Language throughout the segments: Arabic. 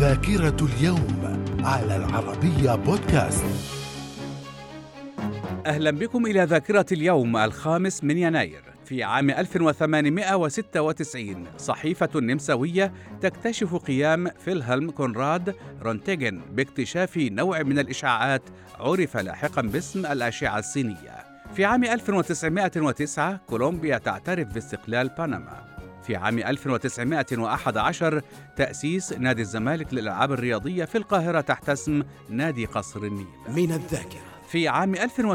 ذاكرة اليوم على العربية بودكاست. أهلا بكم إلى ذاكرة اليوم 5 يناير. في عام 1896 صحيفة نمساوية تكتشف قيام فيلهلم كونراد رونتيغن باكتشاف نوع من الإشعاعات عرف لاحقا باسم الأشعة السينية. في عام 1909 كولومبيا تعترف باستقلال بنما. في عام 1911 تأسيس نادي الزمالك للألعاب الرياضية في القاهرة تحت اسم نادي قصر النيل. من الذاكرة. في عام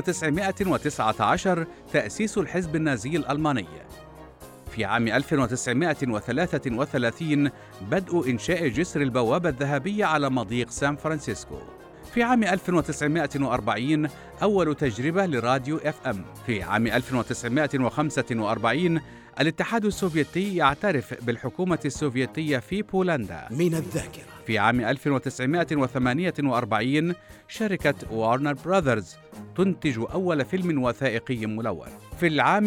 1919 تأسيس الحزب النازي الألماني. في عام 1933 بدء إنشاء جسر البوابة الذهبية على مضيق سان فرانسيسكو. في عام 1940 أول تجربة لراديو FM. في عام 1945 الاتحاد السوفيتي يعترف بالحكومة السوفيتية في بولندا. من الذاكرة. في عام 1948 شركة وارنر براذرز تنتج أول فيلم وثائقي ملون. في العام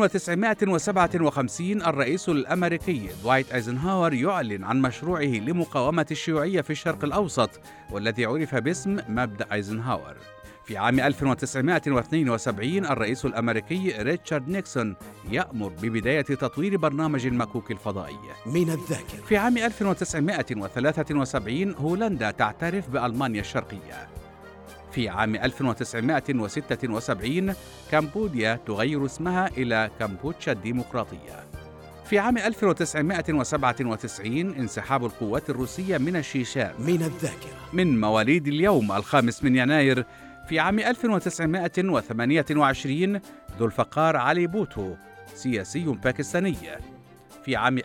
1957 الرئيس الأمريكي دوايت أيزنهاور يعلن عن مشروعه لمقاومة الشيوعية في الشرق الأوسط والذي عرف باسم مبدأ أيزنهاور. في عام 1972 الرئيس الأمريكي ريتشارد نيكسون يأمر ببداية تطوير برنامج المكوك الفضائي. من الذاكرة. في عام 1973 هولندا تعترف بألمانيا الشرقية. في عام 1976 كمبوديا تغير اسمها إلى كمبوتشا الديمقراطية. في عام 1997 انسحاب القوات الروسية من الشيشان. من الذاكرة. من مواليد اليوم 5 يناير في عام 1928 ذو الفقار علي بوتو سياسي باكستاني. في عام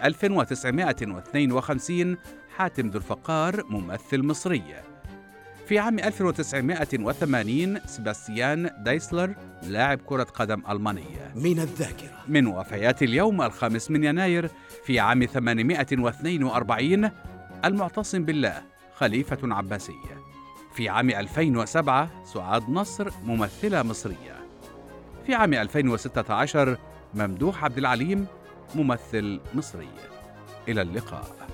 1952 حاتم ذو الفقار ممثل مصري. في عام 1980 سباستيان دايسلر لاعب كرة قدم ألماني. من الذاكرة. من وفيات اليوم 5 يناير في عام 842 المعتصم بالله خليفة عباسي. في عام 2007 سعاد نصر ممثلة مصرية. في عام 2016 ممدوح عبد العليم ممثل مصري. إلى اللقاء.